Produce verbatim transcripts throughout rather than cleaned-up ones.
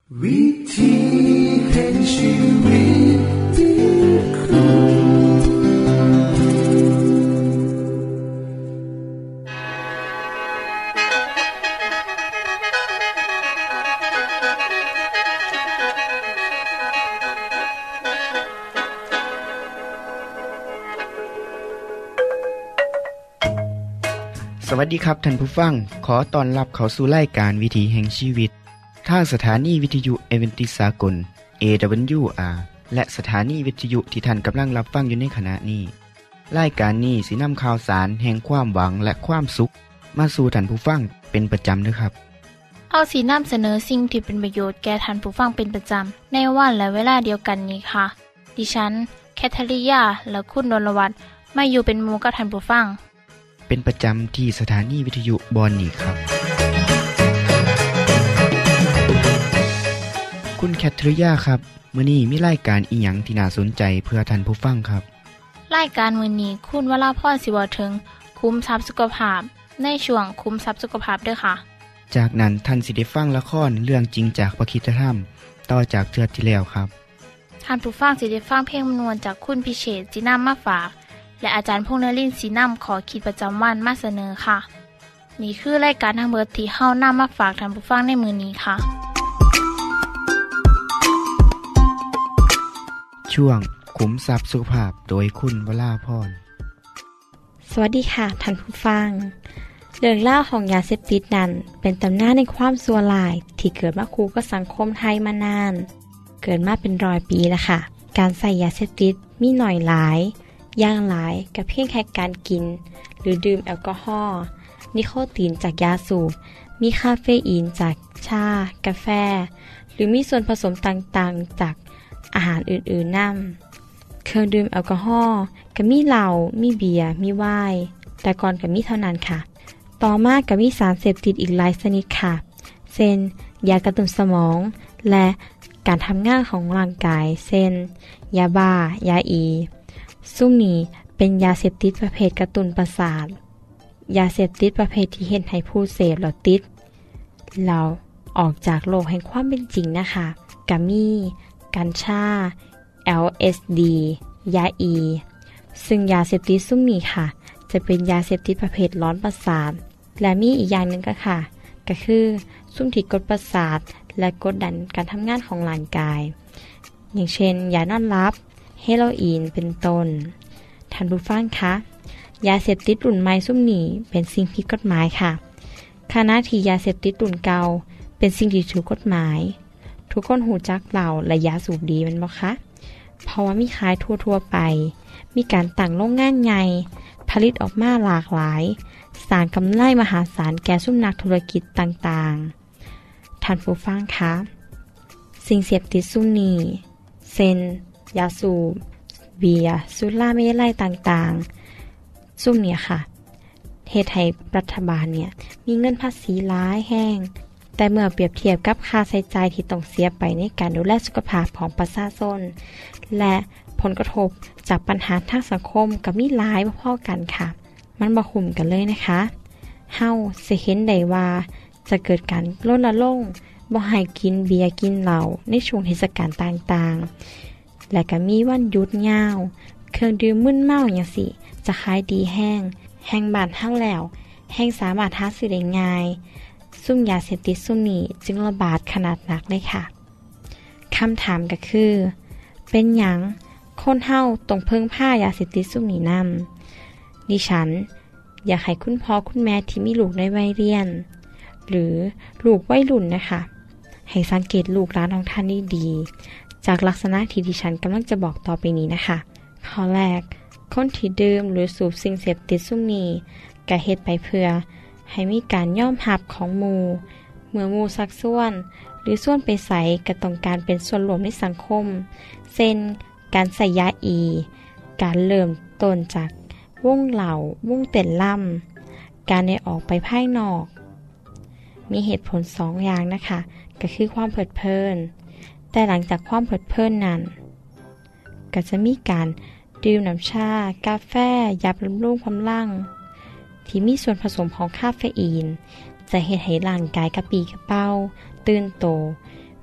วิธีแห่งชีวิตติดคุกสวัสดีครับท่านผู้ฟังขอต้อนรับเข้าสู่รายการวิถีแห่งชีวิตทางสถานีวิทยุเอเวนติสากล เอ ดับเบิลยู อาร์ และสถานีวิทยุที่ท่านกำลังรับฟังอยู่ในขณะนี้รายการนี้สินำข่าวสารแห่งความหวังและความสุขมาสู่ท่านผู้ฟังเป็นประจำเด้อครับเฮาสินำเสนอสิ่งที่เป็นประโยชน์แก่ท่านผู้ฟังเป็นประจำในวันและเวลาเดียวกันนี้ค่ะดิฉันแคทริยาและคุณดลวัฒน์มาอยู่เป็นหมู่กับท่านผู้ฟังเป็นประจำที่สถานีวิทยุบอนนี่ครับคุณแคทริยาครับมื้อนี้มีรายการอีหยังที่น่าสนใจเพื่อท่านผู้ฟังครับรายการมื้อนี้คุณวราพรสิเว้าถึงคุ้มทรัพย์สุขภาพในช่วงคุ้มทรัพย์สุขภาพเด้อค่ะจากนั้นท่านสิได้ฟังละครเรื่องจริงจากพระคริสตธรรมต่อจากเทื่อที่แล้วครับท่านผู้ฟังสิได้ฟังเพลงมนวนจากคุณพิเชษฐ์จินำมาฝากและอาจารย์พงษ์นฤมลศรีนำขอคิดประจำวันมาเสนอค่ะนี่คือรายการทั้งเบิดที่เฮานำมาฝากท่านผู้ฟังในมื้อนี้ค่ะช่วงขุมทรัพย์สุขภาพโดยคุณวราพรสวัสดีค่ะท่านผู้ฟังเรื่องเล่าของยาเสพติดนั้นเป็นตำนานในความชั่วร้ายที่เกิดมาคู่กับสังคมไทยมานานเกิดมาเป็นร้อยปีแล้วค่ะการใส่ยาเสพติดมีหน่อยหลายอย่างหลายกับเพียงแค่การกินหรือดื่มแอลกอฮอล์นิโคตินจากยาสูบมีคาเฟอีนจากชากาแฟหรือมีส่วนผสมต่างๆจากอาหารอื่นๆนั่นเครื่องดื่มแอลกอฮอล์ก็มีเหล้ามีเบียร์มีไวน์แต่ก่อนก็มีเท่านั้นค่ะต่อมาก็มีสารเสพติดอีกหลายชนิดค่ะเช่นยากระตุ้นสมองและการทำงานของร่างกายเช่นยาบ้ายาอีซุ่มนี้เป็นยาเสพติดประเภทกระตุ้นประสาทยาเสพติดประเภทที่เห็นให้ผู้เสพแล้วติดเราออกจากโลกแห่งความเป็นจริงนะคะกามีกัญชา แอล เอส ดี ยาอีซึ่งยาเสพติดซุ่มนี้ค่ะจะเป็นยาเสพติดประเภทร้อนประสาทและมีอีกอย่างหนึ่งก็ค่ะก็คือซุ่มที่กดประสาทและกดดันการทำงานของร่างกายอย่างเช่นยานอนหลับเฮโรอีนเป็นต้นท่านผู้ฟังคะยาเสพติดรุ่นใหม่ซุ่มนี้เป็นสิ่งผิดกฎหมายค่ะขณะที่ยาเสพติดรุ่นเก่าเป็นสิ่งที่ถูกกฎหมายทุกคนหูจักเหล้าและยาสูบดีมันบ่คะเพราะว่ามีขายทั่วๆไปมีการตั้งโรงงานใหญ่ผลิตออกมาหลากหลายสร้างกำไรมหาศาลแก่ซุ่มนักธุรกิจต่างๆท่านผู้ฟังคะสิ่งเสพติดซุ่มนี้เช่นยาสูบเบียร์สุราเมลัยต่างๆซุ่มเนี่ยค่ะเฮ็ดให้รัฐบาลเนี่ยมีเงินภาษีหลายแห้งแต่เมื่อเปรียบเทียบกับค่าใช้จ่ายที่ต้องเสียไปในการดูแลสุขภาพของประชาชนและผลกระทบจากปัญหาทางสังคมก็มีหลายพอๆกันค่ะมันบ่คุ้มกันเลยนะคะเฮาสิเห็นได้ว่าจะเกิดการลดละลงบ่ให้กินเบียร์กินเหล้าในช่วงเทศกาลต่างๆและก็มีวันหยุดยาวเครื่องดื่มมึนเมาอย่างสิจะขายดีแห้งแห้งบานเท่าแล้วแห้งสามารถหาซื้อได้ง่ายซุ่มยาเสพติดซุ่มนี้จึงระบาดขนาดหนักเลยค่ะคำถามก็คือเป็นหยังคนเฮาต้องเพิ่งผ้ายาเสพติดซุ่มนี้นำดิฉันอยากให้คุณพ่อคุณแม่ที่มีลูกในวัยเรียนหรือลูกวัยรุ่นนะคะให้สังเกตลูกหลานของท่านดีๆจากลักษณะที่ดิฉันกำลังจะบอกต่อไปนี้นะคะข้อแรกคนที่ดื่มหรือสูบสิ่งเสพติดซุ่มนี้กะเฮ็ดไปเพื่อให้มีการยอมรับของหมู่เมื่อหมู่ซักซ้วนหรือส่วนไปใส่ก็ต้องการเป็นส่วนรวมในสังคมเช่นการใส่ยาอีการเริ่มต้นจากวงเหล่าวงเต้นล่ำการได้ออกไปภายนอกมีเหตุผลสองอย่างนะคะก็คือความเพลิดเพลินแต่หลังจากความเพลิดเพลินนั้นก็จะมีการดื่มน้ำชากาแฟยาบำรุงความดันที่มีส่วนผสมของคาเฟอีนจะเฮ็ดให้ร่างกายกระปรี้กระเปร่าตื่นโต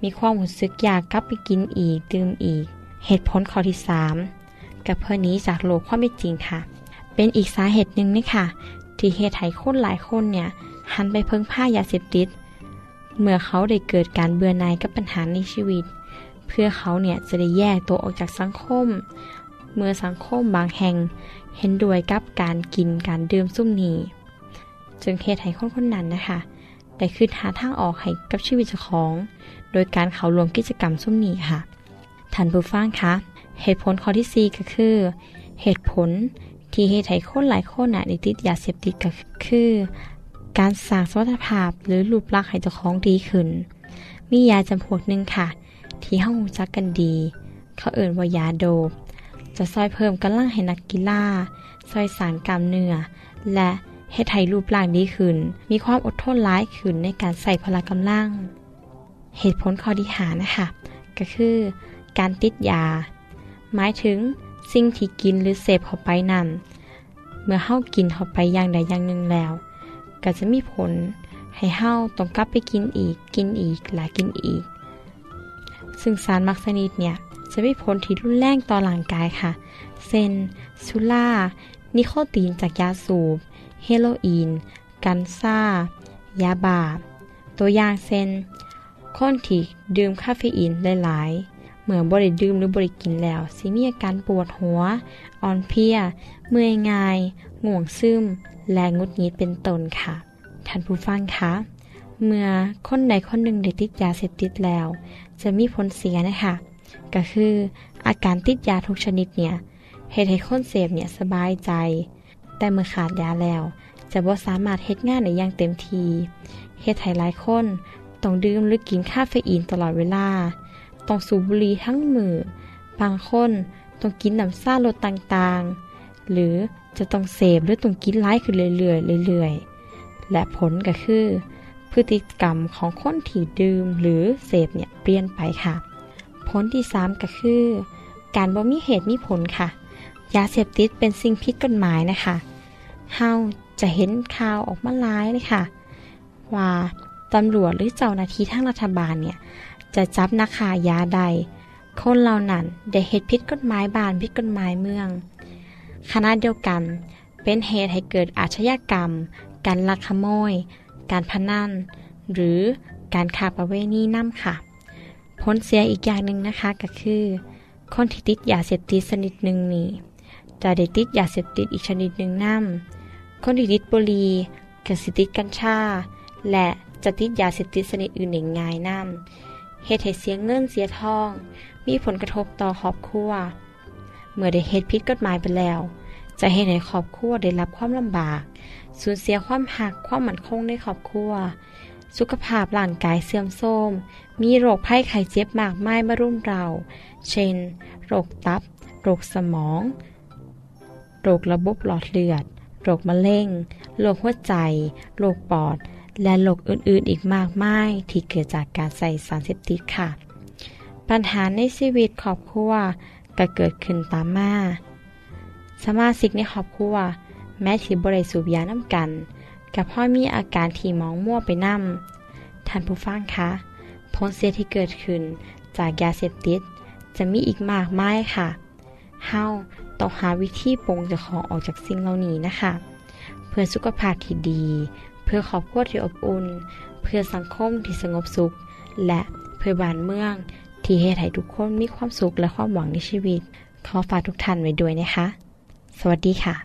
มีความรู้สึกอยากกลับไปกินอีกดื่มอีกเหตุผลข้อที่สามกับเพื่อนี้จากโลกความเป็นจริงค่ะเป็นอีกสาเหตุหนึ่งนี่ค่ะที่เหตุให้คนหลายคนเนี่ยหันไปเพิ่งผ้ายาเสพติดเมื่อเขาได้เกิดการเบื่อหน่ายกับปัญหาในชีวิตเพื่อเขาเนี่ยจะได้แยกตัวออกจากสังคมเมื่อสังคมบางแห่งเห็นด้วยกับการกินการดื่มซุ่มนี้จึงเหตุให้คนคนนั้นนะคะได้คิดหาทางออกให้กับชีวิตเจ้าของโดยการเข้าร่วมกิจกรรมซุ่มนี้ค่ะท่านผู้ฟังคะเหตุผลข้อที่สี่ก็คือเหตุผลที่เหตุให้คนหลายคนน่ะได้ติดยาเสพติดก็คือการสร้างสมรรถภาพหรือรูปลักษณ์ให้เจ้าของดีขึ้นมียาจำพวกหนึ่งค่ะที่เฮารู้จักกันดีเขาเอ่ยว่ายาโดปจะซอยเพิ่มกำลังให้นักกีฬาซอยสร้างกล้ามเนื้อและเฮ็ดให้รูปร่างดีขึ้นมีความอดทนหลายขึ้นในการใส่พละกำลังเหตุผลข้อที่ห้านะคะก็คือการติดยาหมายถึงสิ่งที่กินหรือเสพเข้าไปนั้นเมื่อเฮากินเข้าไปอย่างใดอย่างหนึ่งแล้วก็จะมีผลให้เฮาต้องกลับไปกินอีกกินอีกและกินอีกซึ่งสารมักสนิดเนี่ยจะมีผลที่รุนแรงต่อร่างกายค่ะเช่นสุรานิโคตินจากยาสูบเฮโรอีนกัญชายาบ้าตัวอย่างเช่นคนที่ดื่มคาเฟอีนหลายๆเมื่อบ่ได้ดื่มหรือบ่ได้กินแล้วสิมีอาการปวดหัวอ่อนเพลียเมื่อยง่ายง่วงซึมและหงุดหงิดเป็นต้นค่ะท่านผู้ฟังคะเมื่อคนใดคนหนึ่งได้ติดยาเสพติดแล้วจะมีผลเสียนะคะก็คืออาการติดยาทุกชนิดเนี่ยเฮ็ดให้คนเสพเนี่ยสบายใจแต่เมื่อขาดยาแล้วจะบ่สามารถเฮ็ดงานได้อย่างเต็มที่เฮ็ดให้หลายคนต้องดื่มหรือกินคาเฟอีนตลอดเวลาต้องสูบบุหรี่ทั้งมื้อบางคนต้องกินน้ำซ่ารสต่างๆหรือจะต้องเสพหรือต้องกินหลายขึ้นเรื่อยๆเรื่อยๆและผลก็คือพฤติกรรมของคนที่ดื่มหรือเสพเนี่ยเปลี่ยนไปค่ะผลที่สามก็คือการบ่มีเหตุมีผลค่ะยาเสพติดเป็นสิ่งผิดกฎหมายนะคะเฮาจะเห็นข่าวออกมาหลายเลยค่ะว่าตำรวจหรือเจ้าหน้าที่ทางรัฐบาลเนี่ยจะจับนักค้ายาใดคนเหล่านั้นได้เฮ็ดผิดกฎหมายบ้านผิดกฎหมายเมืองขณะเดียวกันเป็นเหตุให้เกิดอาชญากรรมการลักขโมยการพนันหรือการค้าประเวณีนำค่ะผลเสียอีกอย่างหนึ่งนะคะก็คือคนที่ติดยาเสพติดชนิดหนึ่งนี้จะได้ติดยาเสพติดอีกชนิดหนึ่งนำคนที่ติดบุหรี่ก็สิติดกัญชาและจะติดยาเสพติดชนิดอื่นได้ง่ายนำเฮ็ดให้เสียเงินเสียทองมีผลกระทบต่อครอบครัวเมื่อได้เฮ็ดผิดกฎหมายไปแล้วจะเฮ็ดให้ครอบครัวได้รับความลำบากสูญเสียความหักความมั่นคงในครอบครัวสุขภาพร่างกายเสื่อมโทรมมีโรคภัยไข้เจ็บมากมายมารุมเราเช่นโรคตับโรคสมองโรคระบบหลอดเลือดโรคมะเร็งโรคหัวใจโรคปอดและโรคอื่นๆอีกมากมายที่เกิดจากการใส่สารเสพติดค่ะปัญหาในชีวิตครอบครัวก็เกิดขึ้นตามมาสมาชิกในครอบครัวแม้ที่บ่ได้สูบยาน้ำกันกับพ่อมีอาการที่มองมั่วไปนำท่านผู้ฟังคะผลเสียที่เกิดขึ้นจากยาเสพติดจะมีอีกมากมายค่ะเฮาต้องหาวิธีปลงเจ้าของออกจากสิ่งเหล่านี้นะคะเพื่อสุขภาพที่ดีเพื่อครอบครัวที่อบอุ่นเพื่อสังคมที่สงบสุขและเพื่อบ้านเมืองที่เฮ็ดให้ทุกคนมีความสุขและความหวังในชีวิตขอฝากทุกท่านไว้ด้วยนะคะสวัสดีค่ะ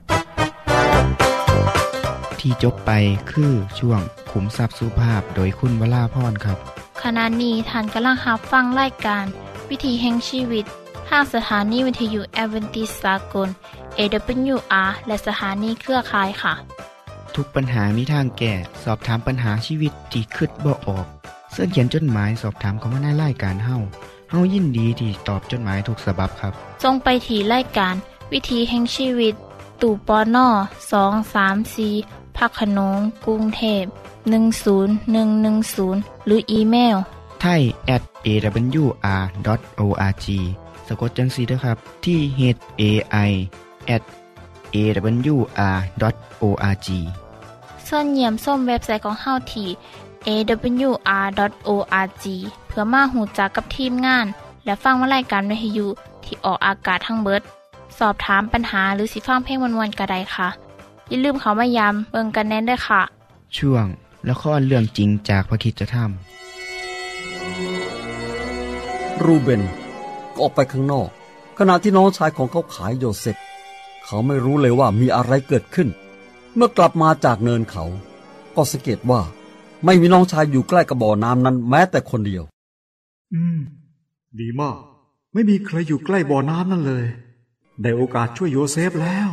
ที่จบไปคือช่วงขุมทรัพย์สุภาพโดยคุณวราพรครับขณะนี้ท่านกำลังรับฟังรายการวิถีแห่งชีวิตทางสถานีวิทยุแอดเวนทิสต์สากล เอ ดับเบิลยู อาร์ และสถานีเครือข่ายค่ะทุกปัญหามีทางแก้สอบถามปัญหาชีวิตที่คิดบ่ออกเสิร์ชเขียนจดหมายสอบถามเข้ามาในรายการเฮาเฮายินดีที่ตอบจดหมายทุกฉบับครับส่งไปที่รายการวิถีแห่งชีวิตตู้ปนสอง สาม สี่พักขนงกรุงเทพหนึ่ง ศูนย์ หนึ่ง หนึ่ง ศูนย์หรืออีเมลไทย แอท เอ ดับเบิลยู อาร์ ดอท โอ อาร์ จี สะกดจังซี่เด้อครับที่ เอช เอ ไอ แอท เอ ดับเบิลยู อาร์ ดอท โอ อาร์ จีส่วนเยี่ยมส้มเว็บไซต์ของเฮาที่เอ ดับเบิลยู อาร์ ดอท โอ อาร์ จี เพื่อมาหูจักกับทีมงานและฟังวารายการวิทยุที่ออกอากาศทั้งเบิดสอบถามปัญหาหรือสิฟังเพลงม่วนๆก็ได้ค่ะอย่าลืมเข้ามายามเบิ่งกันแน่นด้วยค่ะช่วงละครเรื่องจริงจากพระคริสตธรรมรูเบนก็ออกไปข้างนอกขณะที่น้องชายของเขาขายโยเซฟเขาไม่รู้เลยว่ามีอะไรเกิดขึ้นเมื่อกลับมาจากเนินเขาก็สังเกตว่าไม่มีน้องชายอยู่ใกล้กับบ่อน้ำนั้นแม้แต่คนเดียวอืมดีมากไม่มีใครอยู่ใกล้บ่อน้ำนั่นเลยได้โอกาสช่วยโยเซฟแล้ว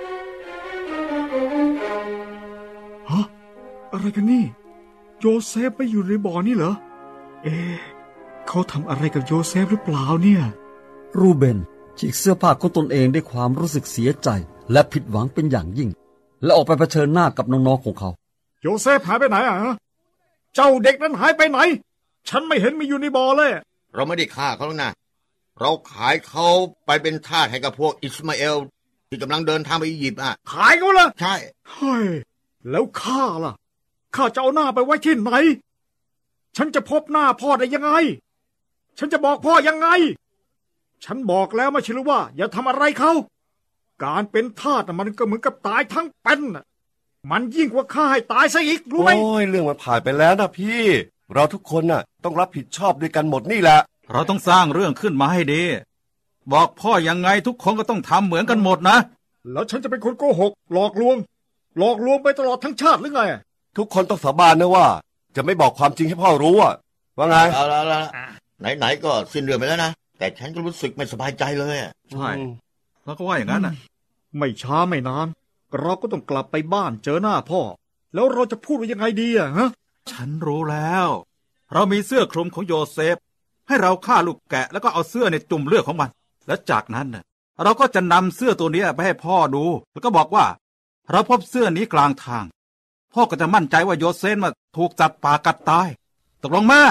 ฮะอะไรกันนี่โยเซฟไม่อยู่ในบ่อนี่เหรอเอ๊ะเขาทำอะไรกับโยเซฟหรือเปล่าเนี่ยรูเบนฉีกเสื้อผ้าของตนเองด้วยความรู้สึกเสียใจและผิดหวังเป็นอย่างยิ่งและออกไปเผชิญหน้ากับน้องๆของเขาโยเซฟหายไปไหนอ่ะเจ้าเด็กนั้นหายไปไหนฉันไม่เห็นมีอยู่ในบ่อเลยเราไม่ได้ฆ่าเขาหรอกนะเราขายเขาไปเป็นทาสให้กับพวกอิสมาเอลที่กำลังเดินทางไปอียิปต์อ่ะขายเขาเหรอใช่เฮ้ยแล้วข้าล่ะข้าจะเอาหน้าไปไว้ที่ไหนฉันจะพบหน้าพ่อได้ยังไงฉันจะบอกพ่อยังไงฉันบอกแล้วไม่ใช่หรือว่าอย่าทำอะไรเขาการเป็นทาสมันก็เหมือนกับตายทั้งเป็นมันยิ่งกว่าฆ่าให้ตายซะอีกรู้ไหมโอ้ยเรื่องมันผ่านไปแล้วนะพี่เราทุกคนน่ะต้องรับผิดชอบด้วยกันหมดนี่แหละเราต้องสร้างเรื่องขึ้นมาให้ดีบอกพ่อยังไงทุกคนก็ต้องทำเหมือนกันหมดนะแล้วฉันจะเป็นคนโกหกหลอกลวงหลอกลวงไปตลอดทั้งชาติหรือไงทุกคนต้องสาบานนะว่าจะไม่บอกความจริงให้พ่อรู้อ่ะว่าไงเอาละละไหนๆก็สิ้นเรื่องไปแล้วนะแต่ฉันก็รู้สึกไม่สบายใจเลยอ่ะใช่แล้วก็ว่าอย่างนั้นน่ะไม่ช้าไม่นานเราก็ต้องกลับไปบ้านเจอหน้าพ่อแล้วเราจะพูดว่ายังไงดีอ่ะฮะฉันรู้แล้วเรามีเสื้อคลุมของโยเซฟให้เราฆ่าลูกแกะแล้วก็เอาเสื้อในจุ่มเลือดของมันแล้วจากนั้นน่ะเราก็จะนำเสื้อตัวนี้ไปให้พ่อดูแล้วก็บอกว่าเราพบเสื้อนี้กลางทางพ่อก็จะมั่นใจว่าโยเซฟมาถูกจับป่ากัดตายตกลงมา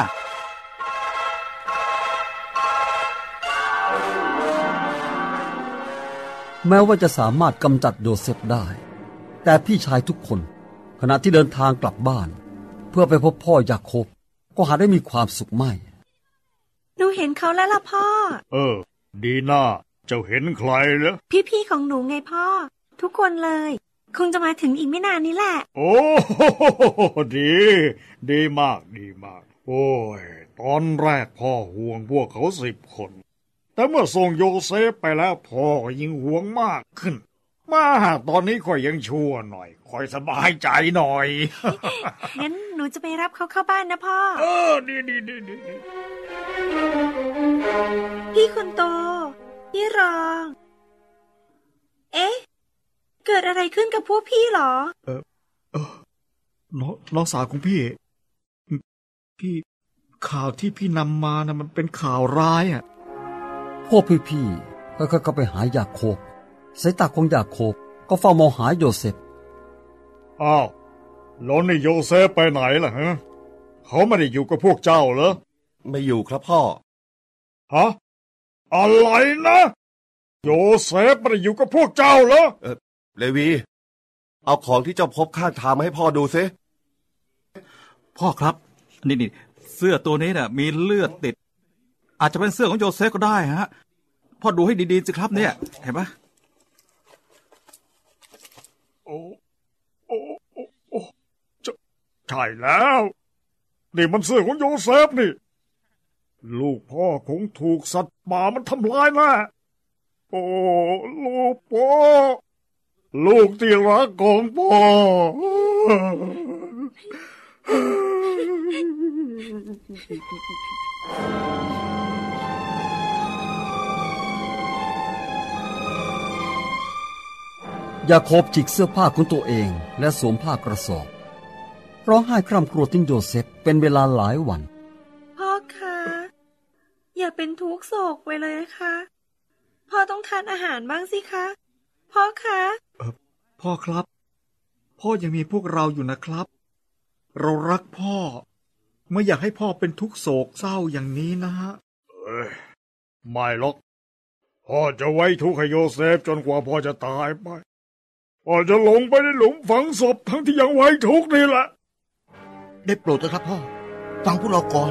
แม้ว่าจะสามารถกำจัดโยเซฟได้แต่พี่ชายทุกคนขณะที่เดินทางกลับบ้านเพื่อไปพบพ่อยาโคบก็หาได้มีความสุขไม่หนูเห็นเขาแล้วล่ะพ่อเออดีน่าเจ้าเห็นใครเหรอพี่ๆของหนูไงพ่อทุกคนเลยคงจะมาถึงอีกไม่นานนี้แหละโอ้ดีดีมากดีมากโอ้ยตอนแรกพ่อห่วงพวกเขาสิบคนแต่เมื่อส่งโยเซฟไปแล้วพ่อก็ยิ่งห่วงมากขึ้นมาตอนนี้ค่อยยังชั่วหน่อยค่อยสบายใจหน่อยงั้นหนูจะไปรับเขาเข้าบ้านนะพ่อเออดีดีดีดีพี่คนโตพี่รองเอ๊ะเกิดอะไรขึ้นกับพวกพี่หรอเออเออน้องน้องสาวของพี่พี่ข่าวที่พี่นำมานะมันเป็นข่าวร้ายอ่ะพวกพี่ๆก็เข้าไปหายาโคบสายตาของยาโคบก็เฝ้ามองหาโยเซฟอ้าวแล้วนี่โยเซฟไปไหนล่ะฮะเขาไม่ได้อยู่กับพวกเจ้าเหรอไม่อยู่ครับพ่อฮะอะไรนะโยเซฟไม่ได้อยู่กับพวกเจ้าเหรอเออเลวีเอาของที่เจ้าพบข้างทางมาให้พ่อดูซิพ่อครับนี่นี่เสื้อตัวนี้น่ะมีเลือดติดอาจจะเป็นเสื้อของโยเซฟก็ได้ฮะพ่อดูให้ดีๆสิครับเนี่ยเห็นปะโอ้โอ้โอ้ใช่แล้วนี่มันเสื้อของโยเซฟนี่ลูกพ่อคงถูกสัตว์ป่ามันทำลายแน่โอ้ลูกพ่อลูกที่รักของพ่อยาโคบจิกเสื้อผ้าของตัวเองและสวมผ้ากระสอบร้องไห้คร่ำครวญถึงโยเซฟเป็นเวลาหลายวันพ่อคะอย่าเป็นทุกข์โศกไปเลยค่ะพ่อต้องทานอาหารบ้างสิคะพ่อคะเออพ่อครับพ่อยังมีพวกเราอยู่นะครับเรารักพ่อไม่อยากให้พ่อเป็นทุกข์โศกเศร้าอย่างนี้นะฮะเอ้ยไม่หรอกพ่อจะไว้ทุกข์ให้โยเซฟจนกว่าพ่อจะตายไปพ่อจะลงไปในหลุมฝังศพทั้งที่ยังไว้ทุกข์นี่แหละได้โปรดเถอะครับพ่อฟังพวกเราก่อน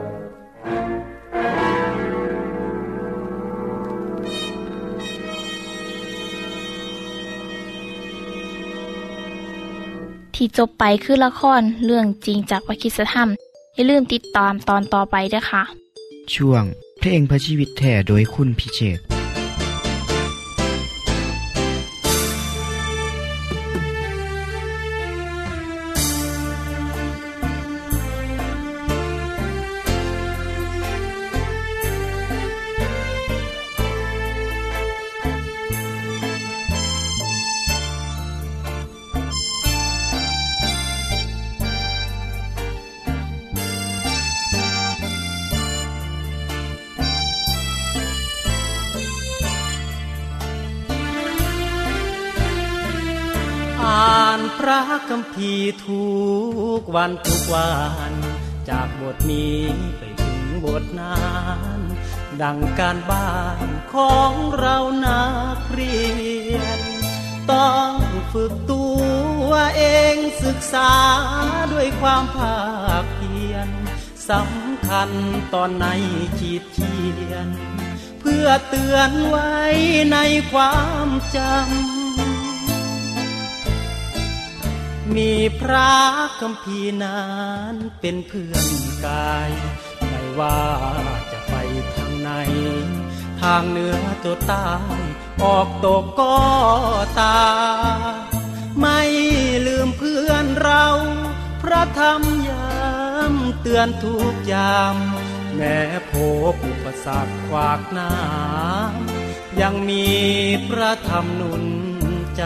ที่จบไปคือละครเรื่องจริงจากวคิสธรรมอย่าลืมติดตามตอนต่อไปด้วยค่ะช่วงเพลงพระชีวิตแท้โดยคุณพิเชษฐ์พระคัมภีร์ทุกวันทุกวันจากบทนี้ไปถึงบทนั้นดังการบ้านของเรานักเรียนต้องฝึกตัวเองศึกษาด้วยความภาคเพียรสำคัญตอนในขีดเขียนเพื่อเตือนไว้ในความจำมีพระคัมภีร์นั้นเป็นเพื่อนกายไม่ว่าจะไปทางไหนทางเหนือจดใต้ออกตกก็ตามไม่ลืมเพื่อนเราพระธรรมย้ำเตือนทุกยามแม้พบอุปสรรคขวากหน้ายังมีพระธรรมหนุนใจ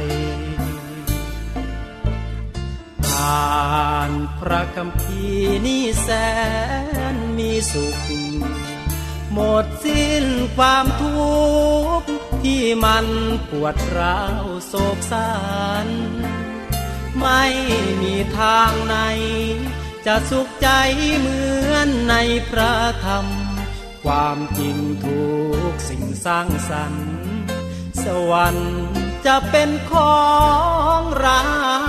อ่านพระคัมภีร์นี่แสนมีสุขหมดสิ้นความทุกข์ที่มันปวดร้าวโศกสันไม่มีทางไหนจะสุขใจเหมือนในพระธรรมความจริงทุกสิ่งสร้างสรรค์สวรรค์จะเป็นของเรา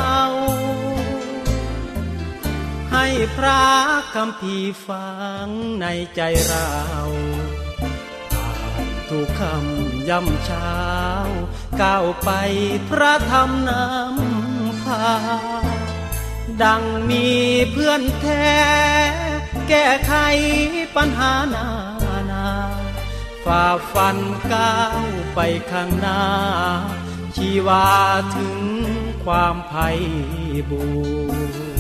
ให้พระคัมภีร์ฟังในใจเราอ่านทุกคำย่ำเช้าก้าวไปพระธรรมนำพาดังมีเพื่อนแท้แก้ไขปัญหานานาฝ่าฟันก้าวไปข้างหน้าชีวาถึงความไพ่บูรณ์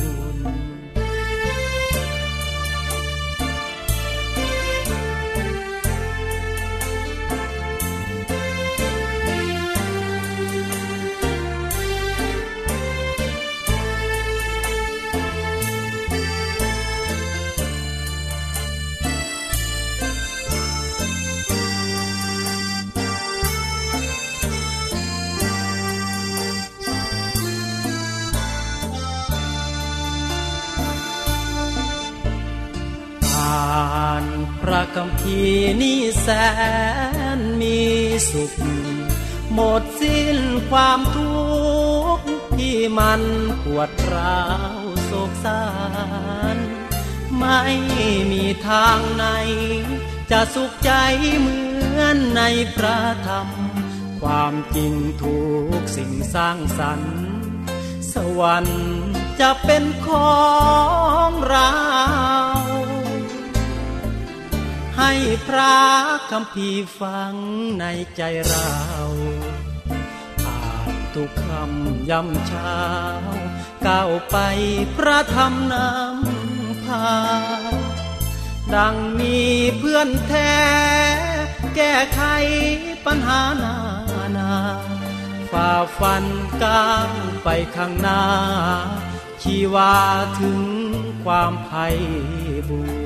พระคัมภีร์นี่แสนมีสุขหมดสิ้นความทุกข์ที่มันปวดร้าวโศกสันไม่มีทางไหนจะสุขใจเหมือนในพระธรรมความจริงทุกสิ่งสร้างสรรค์สวรรค์จะเป็นของเราให้พระคัมภีร์ฟังในใจเราอ่านทุกคำย่ำเช้าก้าวไปพระธรรมนำพาดังมีเพื่อนแท้แก้ไขปัญหานานาฝ่าฟันก้าวไปข้างหน้าชีวาถึงความไพ่บูรณ์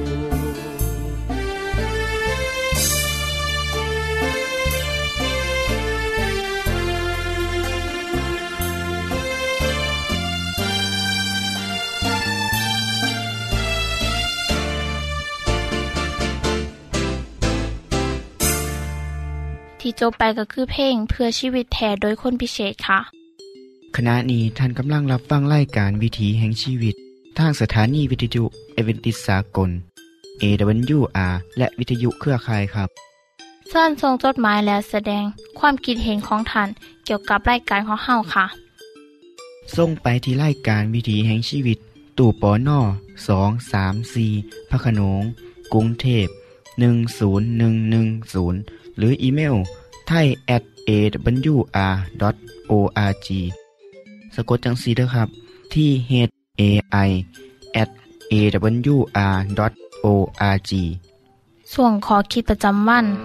ที่จบไปก็คือเพลงเพื่อชีวิตแท้โดยคนพิเศษค่ะขณะนี้ท่านกำลังรับฟังรายการวิถีแห่งชีวิตทางสถานีวิทยุเอเวนติสากล เอ ดับเบิลยู อาร์ และวิทยุเครือข่ายครับเชิญส่งจดหมายแล้วแสดงความคิดเห็นของท่านเกี่ยวกับรายการของเฮาค่ะส่งไปที่รายการวิถีแห่งชีวิตตู้ปนสอง สาม สี่พระโขนงกรุงเทพหนึ่งศูนย์หนึ่งหนึ่งศูนย์หรืออีเมล ไทย แอท เอ ดับเบิลยู อาร์ ดอท โอ อาร์ จี สะกดจังซี่เด้อครับที่ เอช เอ ไอ แอท เอ ดับเบิลยู อาร์ ดอท โอ อาร์ จีส่วนขอคิดประจำวัน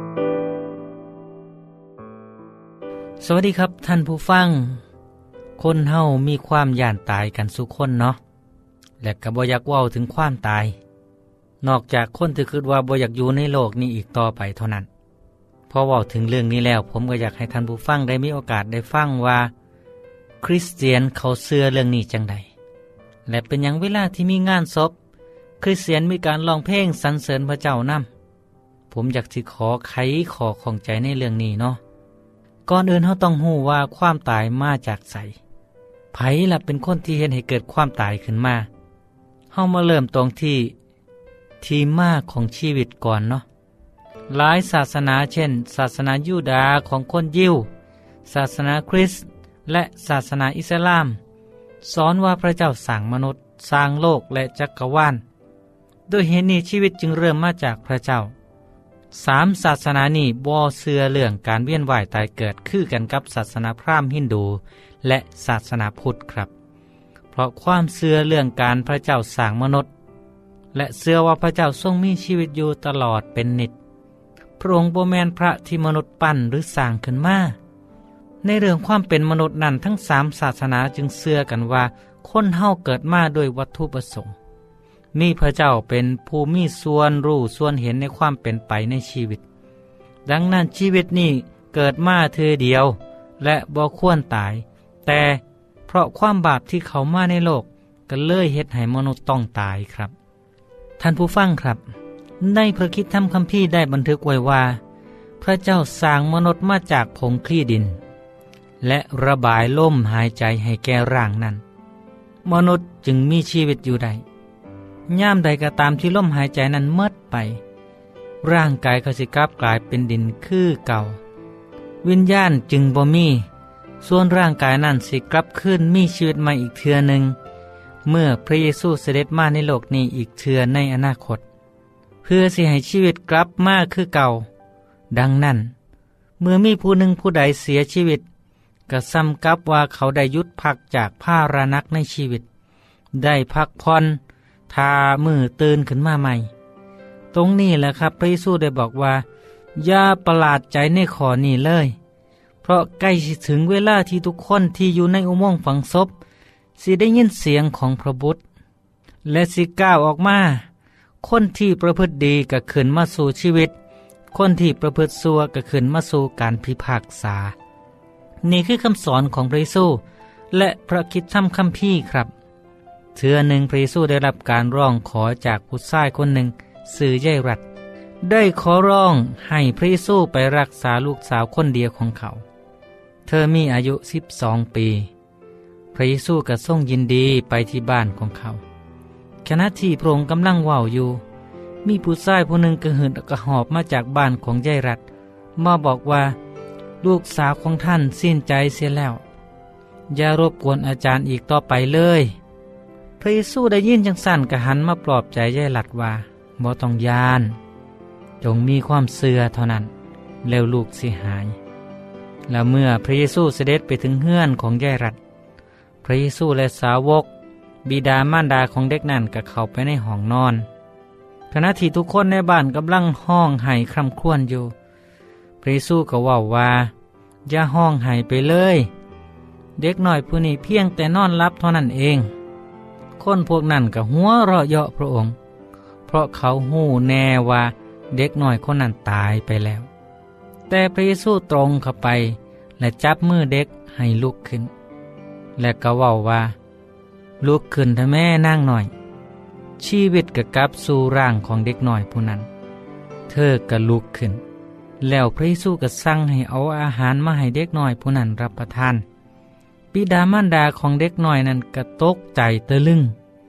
สวัสดีครับท่านผู้ฟังคนเฮามีความย่านตายกันสุคนเนาะและก็บ่อยากเว้าถึงความตายนอกจากคนที่คิดว่าบ่อยากอยู่ในโลกนี้อีกต่อไปเท่านั้นพอเว้าถึงเรื่องนี้แล้วผมก็อยากให้ท่านผู้ฟังได้มีโอกาสได้ฟังว่าคริสเตียนเขาเชื่อเรื่องนี้จังใดและเป็นหยังเวลาที่มีงานศพคริสเตียนมีการร้องเพลงสรรเสริญพระเจ้านำผมอยากสิขอไขข้อข้องใจในเรื่องนี้เนาะก่อนอื่นเฮาต้องรู้ว่าความตายมาจากไสไผล่ะเป็นคนที่เฮ็ดให้เกิดความตายขึ้นมาเฮามาเริ่มตรงที่ที่มาของชีวิตก่อนเนาะหลายศาสนาเช่นศาสนายูดาห์ของคนยิวศาสนาคริสต์และศาสนาอิสลามสอนว่าพระเจ้าสร้างมนุษย์สร้างโลกและจักรวาลด้วยเหตุนี้ชีวิตจึงเริ่มมาจากพระเจ้าสามศาสนานี้บ่เชื่อเรื่องการเวียนว่ายตายเกิดคือกันกับศาสนาพราหมณ์ฮินดูและศาสนาพุทธครับเพราะความเชื่อเรื่องการพระเจ้าสร้างมนุษย์และเชื่อว่าพระเจ้าทรงมีชีวิตอยู่ตลอดเป็นนิจพระองค์บ่แม่นพระที่มนุษย์ปั้นหรือสร้างขึ้นมาในเรื่องความเป็นมนุษย์นั้นทั้งสามศาสนาจึงเชื่อกันว่าคนเฮาเกิดมาโดยวัตถุประสงค์มีพระเจ้าเป็นผู้มีส่วนรู้ส่วนเห็นในความเป็นไปในชีวิตดังนั้นชีวิตนี้เกิดมาเธอเดียวและบ่ควรตายแต่เพราะความบาปที่เขามาในโลกก็เลยเฮ็ดให้มนุษย์ต้องตายครับท่านผู้ฟังครับในพระคริสตธรรมคัมภีร์ได้บันทึกไว้ว่าพระเจ้าสร้างมนุษย์มาจากผงคลี่ดินและระบายลมหายใจให้แก่ร่างนั้นมนุษย์จึงมีชีวิตอยู่ได้ย่ามใดก็ตามที่ลมหายใจนั้นหมดไปร่างกายก็สิกลับกลายเป็นดินคือเก่าวิญญาณจึงบ่มีส่วนร่างกายนั้นสิกลับคืนมีชีวิตใหม่อีกเทื่อหนึ่งเมื่อพระเยซูเสด็จมาในโลกนี้อีกเทื่อในอนาคตเพื่อสิให้ชีวิตกลับมาคือเก่าดังนั้นเมื่อมีผู้หนึ่งผู้ใดเสียชีวิตก็ซ้ำกับว่าเขาได้หยุดพักจากภาระหนักในชีวิตได้พักผ่อนทามือตื่นขึ้นมาใหม่ตรงนี้แหละครับพระเยซูได้บอกว่าอย่าประหลาดใจในข้อนี้เลยเพราะใกล้ถึงเวลาที่ทุกคนที่อยู่ในอุโมงค์ฝังศพสิได้ยินเสียงของพระบุตรและสิก้าวออกมาคนที่ประพฤติดีก็ขึ้นมาสู่ชีวิตคนที่ประพฤติชั่วก็ขึ้นมาสู่การพิพากษานี่คือคำสอนของพระเยซูและพระคริสตธรรมคัมภีร์ครับเทื่อหนึ่งพระเยซูได้รับการร้องขอจากผู้ชายคนหนึ่งชื่อยายรัตได้ขอร้องให้พระเยซูไปรักษาลูกสาวคนเดียวของเขาเธอมีอายุสิบสองปีพระเยซูก็ทรงยินดีไปที่บ้านของเขาขณะที่พระองค์กำลังเว้าอยู่มีผู้ชายผู้หนึ่งกระหืดกระหอบมาจากบ้านของยายรัตมาบอกว่าลูกสาวของท่านสิ้นใจเสียแล้วอย่ารบกวนอาจารย์อีกต่อไปเลยพระเยซูได้ยินจังสั่นกระหันมาปลอบใจยายรัตว่าบ่ต้องยานจงมีความเชื่อเท่านั้นแล้วลูกสิหายแล้วเมื่อพระเยซูเสด็จไปถึงเฮือนของยายรัตพระเยซูและสาวกบิดามารดาของเด็กนั่นก็เข้าไปในห้องนอนขณะที่ทุกคนในบ้านกำลังห้องไห้คร่ำครวญอยู่พระเยซูก็ว่าว่าอย่าห้องไห้ไปเลยเด็กน้อยผู้นี้เพียงแต่นอนหลับเท่านั้นเองคนพวกนั้นก็หัวเราะเยาะพระองค์เพราะเขาหู้แน่ว่าเด็กน้อยคนนั้นตายไปแล้วแต่พระเยซูตรงเข้าไปและจับมือเด็กให้ลุกขึ้นและก็เว้าว่าลุกขึ้นเถอะแม่นางหน่อยชีวิตก็กลับสู่ร่างของเด็กน้อยผู้นั้นเธอก็ลุกขึ้นแล้วพระเยซูก็สั่งให้เอาอาหารมาให้เด็กน้อยผู้นั้นรับประทานบิดามารดาของเด็กน้อยนั้นก็ตกใจตะลึง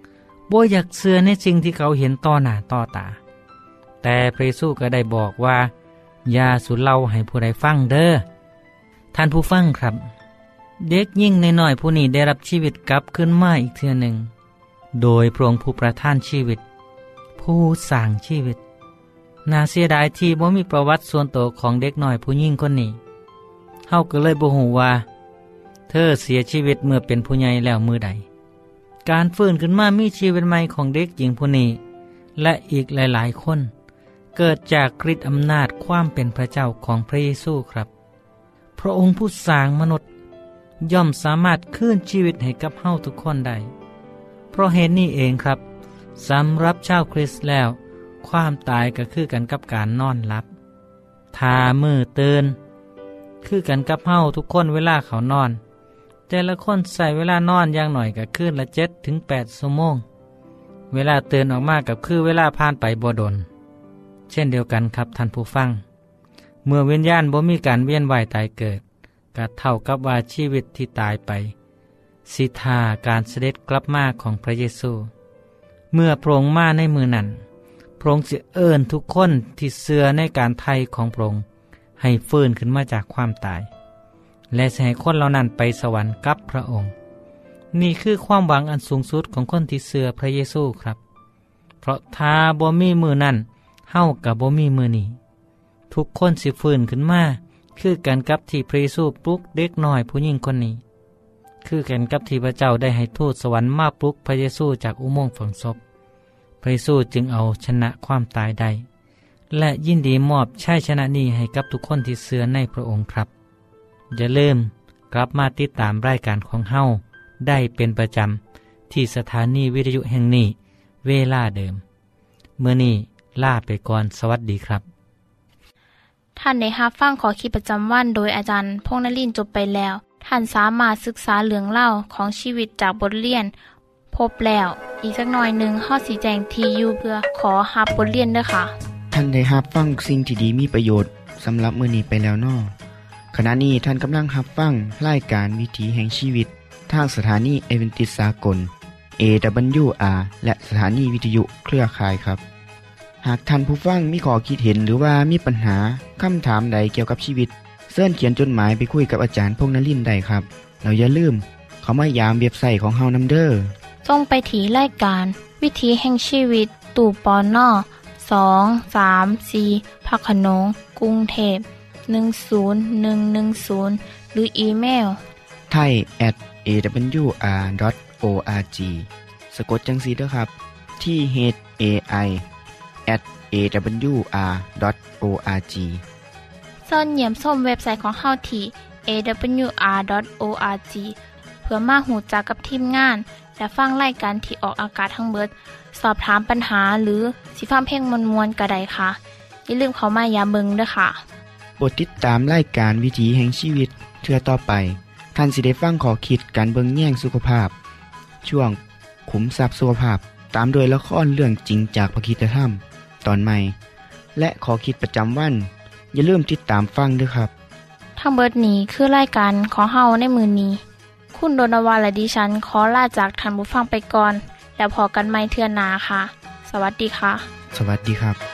บ่อยากเชื่อในสิ่งที่เขาเห็นต่อหน้าต่อตาแต่พระเยซูก็ได้บอกว่าอย่าสุเล่าให้ผู้ใดฟังเด้อท่านผู้ฟังครับเด็กยิ่งน้อยๆผู้นี้ได้รับชีวิตกลับขึ้นมาอีกเทื่อหนึ่งโดยพระองค์ผู้ประทานชีวิตผู้สร้างชีวิตน่าเสียดายที่บ่มีประวัติส่วนตัวของเด็กน้อยผู้หญิงคนนี้เฮาก็เลยบ่ฮู้ว่าเธอเสียชีวิตเมื่อเป็นผู้ใหญ่แล้วมื้อใดการฟื้นขึ้นมามีชีวิตใหม่ของเด็กหญิงผู้นี้และอีกหลายๆคนเกิดจากฤทธิ์อำนาจความเป็นพระเจ้าของพระเยซูครับพระองค์ผู้สร้างมนุษย์ย่อมสามารถคืนชีวิตให้กับเฮาทุกคนได้เพราะเหตุนี้เองครับสำหรับชาวคริสต์แล้วความตายก็คือกันกับการนอนหลับทามือตื่นคือกันกับเฮาทุกคนเวลาเขานอนแต่ละคนใส่เวลานอนอย่างหน่อยก็คืนละเจ็ดถึงแปดชั่วโมงเวลาตื่นออกมากับคือเวลาผ่านไปบ่ดนเช่นเดียวกันครับท่านผู้ฟังเมื่อวิญญาณบ่มีการเวียนว่ายตายเกิดก็เท่ากับว่าชีวิตที่ตายไปสิทาการเสด็จกลับมาของพระเยซูเมื่อพระองค์มาในมือนั้นพระองค์จะเอิ้นทุกคนที่เชื่อในการไถ่ของพระองค์ให้ฟื้นขึ้นมาจากความตายและจะให้คนเหล่านั้นไปสวรรค์กับพระองค์นี่คือความหวังอันสูงสุดของคนที่เชื่อพระเยซูครับเพราะถ้าบ่มีมือนั้นเฮากับบ่มีมือนี้ทุกคนสิฟื้นขึ้นมาคือกันกับที่พระเยซูปลุกเด็กน้อยผู้หญิงคนนี้คือกันกับที่พระเจ้าได้ให้ทูตสวรรค์มาปลุกพระเยซูจากอุโมงค์ฝังศพพระเยซูจึงเอาชนะความตายได้และยินดีมอบชัยชนะนี้ให้กับทุกคนที่เชื่อในพระองค์ครับอย่าลืมกลับมาติดตามรายการของเฮาได้เป็นประจำที่สถานีวิทยุแห่งนี้เวลาเดิมเมื่อนี้ลาไปก่อนสวัสดีครับท่านได้รับฟังขอคิดประจำวันโดยอาจารย์พงษ์นฤมลจบไปแล้วท่านสามารถศึกษาเรื่องเล่าของชีวิตจากบทเรียนพบแล้วอีกสักหน่อยหนึ่งข้อสีแจงทีอยู่เพื่อขอรับบทเรียนด้วยค่ะท่านได้รับฟังสิ่งที่ดีมีประโยชน์สำหรับมื้อนี้ไปแล้วน้อขณะนี้ท่านกำลังรับฟังรายการวิถีแห่งชีวิตทางสถานีเอเวนติสากล เอ ดับเบิลยู อาร์ และสถานีวิทยุเครือข่ายครับหากท่านผู้ฟังมีข้อคิดเห็นหรือว่ามีปัญหาคำถามใดเกี่ยวกับชีวิตเชิญเขียนจดหมายไปคุยกับอาจารย์พงษ์นฤมลได้ครับแล้วอย่าลืมเขามายามเว็บไซต์ของเฮานำเด้อส่งไปที่รายการวิถีแห่งชีวิตตู่ปอนอสอง สาม สี่พระโขนงกรุงเทพหนึ่ง ศูนย์ หนึ่ง หนึ่ง ศูนย์หรืออีเมลไทย แอท เอ ดับเบิลยู อาร์ ดอท โอ อาร์ จี สะกดจังซี่เด้อครับที่ เอช เอ ไอ แอท เอ ดับเบิลยู อาร์ ดอท โอ อาร์ จีเชิญเยี่ยมชมเว็บไซต์ของเฮาที่ เอ ดับเบิลยู อาร์ ดอท โอ อาร์ จี เพื่อมาหูจักกับทีมงานและฟังรายการที่ออกอากาศทั้งเบิดสอบถามปัญหาหรือสิฟังเพลงมวลๆก็ได้ค่ะอย่าลืมเข้ามายามเบิงด้วยค่ะโปรดติดตามรายการวิถีแห่งชีวิตเทื่อต่อไปท่านสิได้ฟังขอคิดการเบิงแย่งสุขภาพช่วงขุมทรัพย์สุขภาพตามโดยละครเรื่องจริงจากพระคริสตธรรมตอนใหม่และขอคิดประจำวันอย่าลืมติดตามฟังด้วยครับทั้งเบิดนี้คือรายการของเฮาในมือนี้คุณโดนวาและดิฉันขอลาจากท่านผู้ฟังไปก่อนแล้วพอกันใหม่เทื่อหน้าค่ะสวัสดีค่ะสวัสดีครับ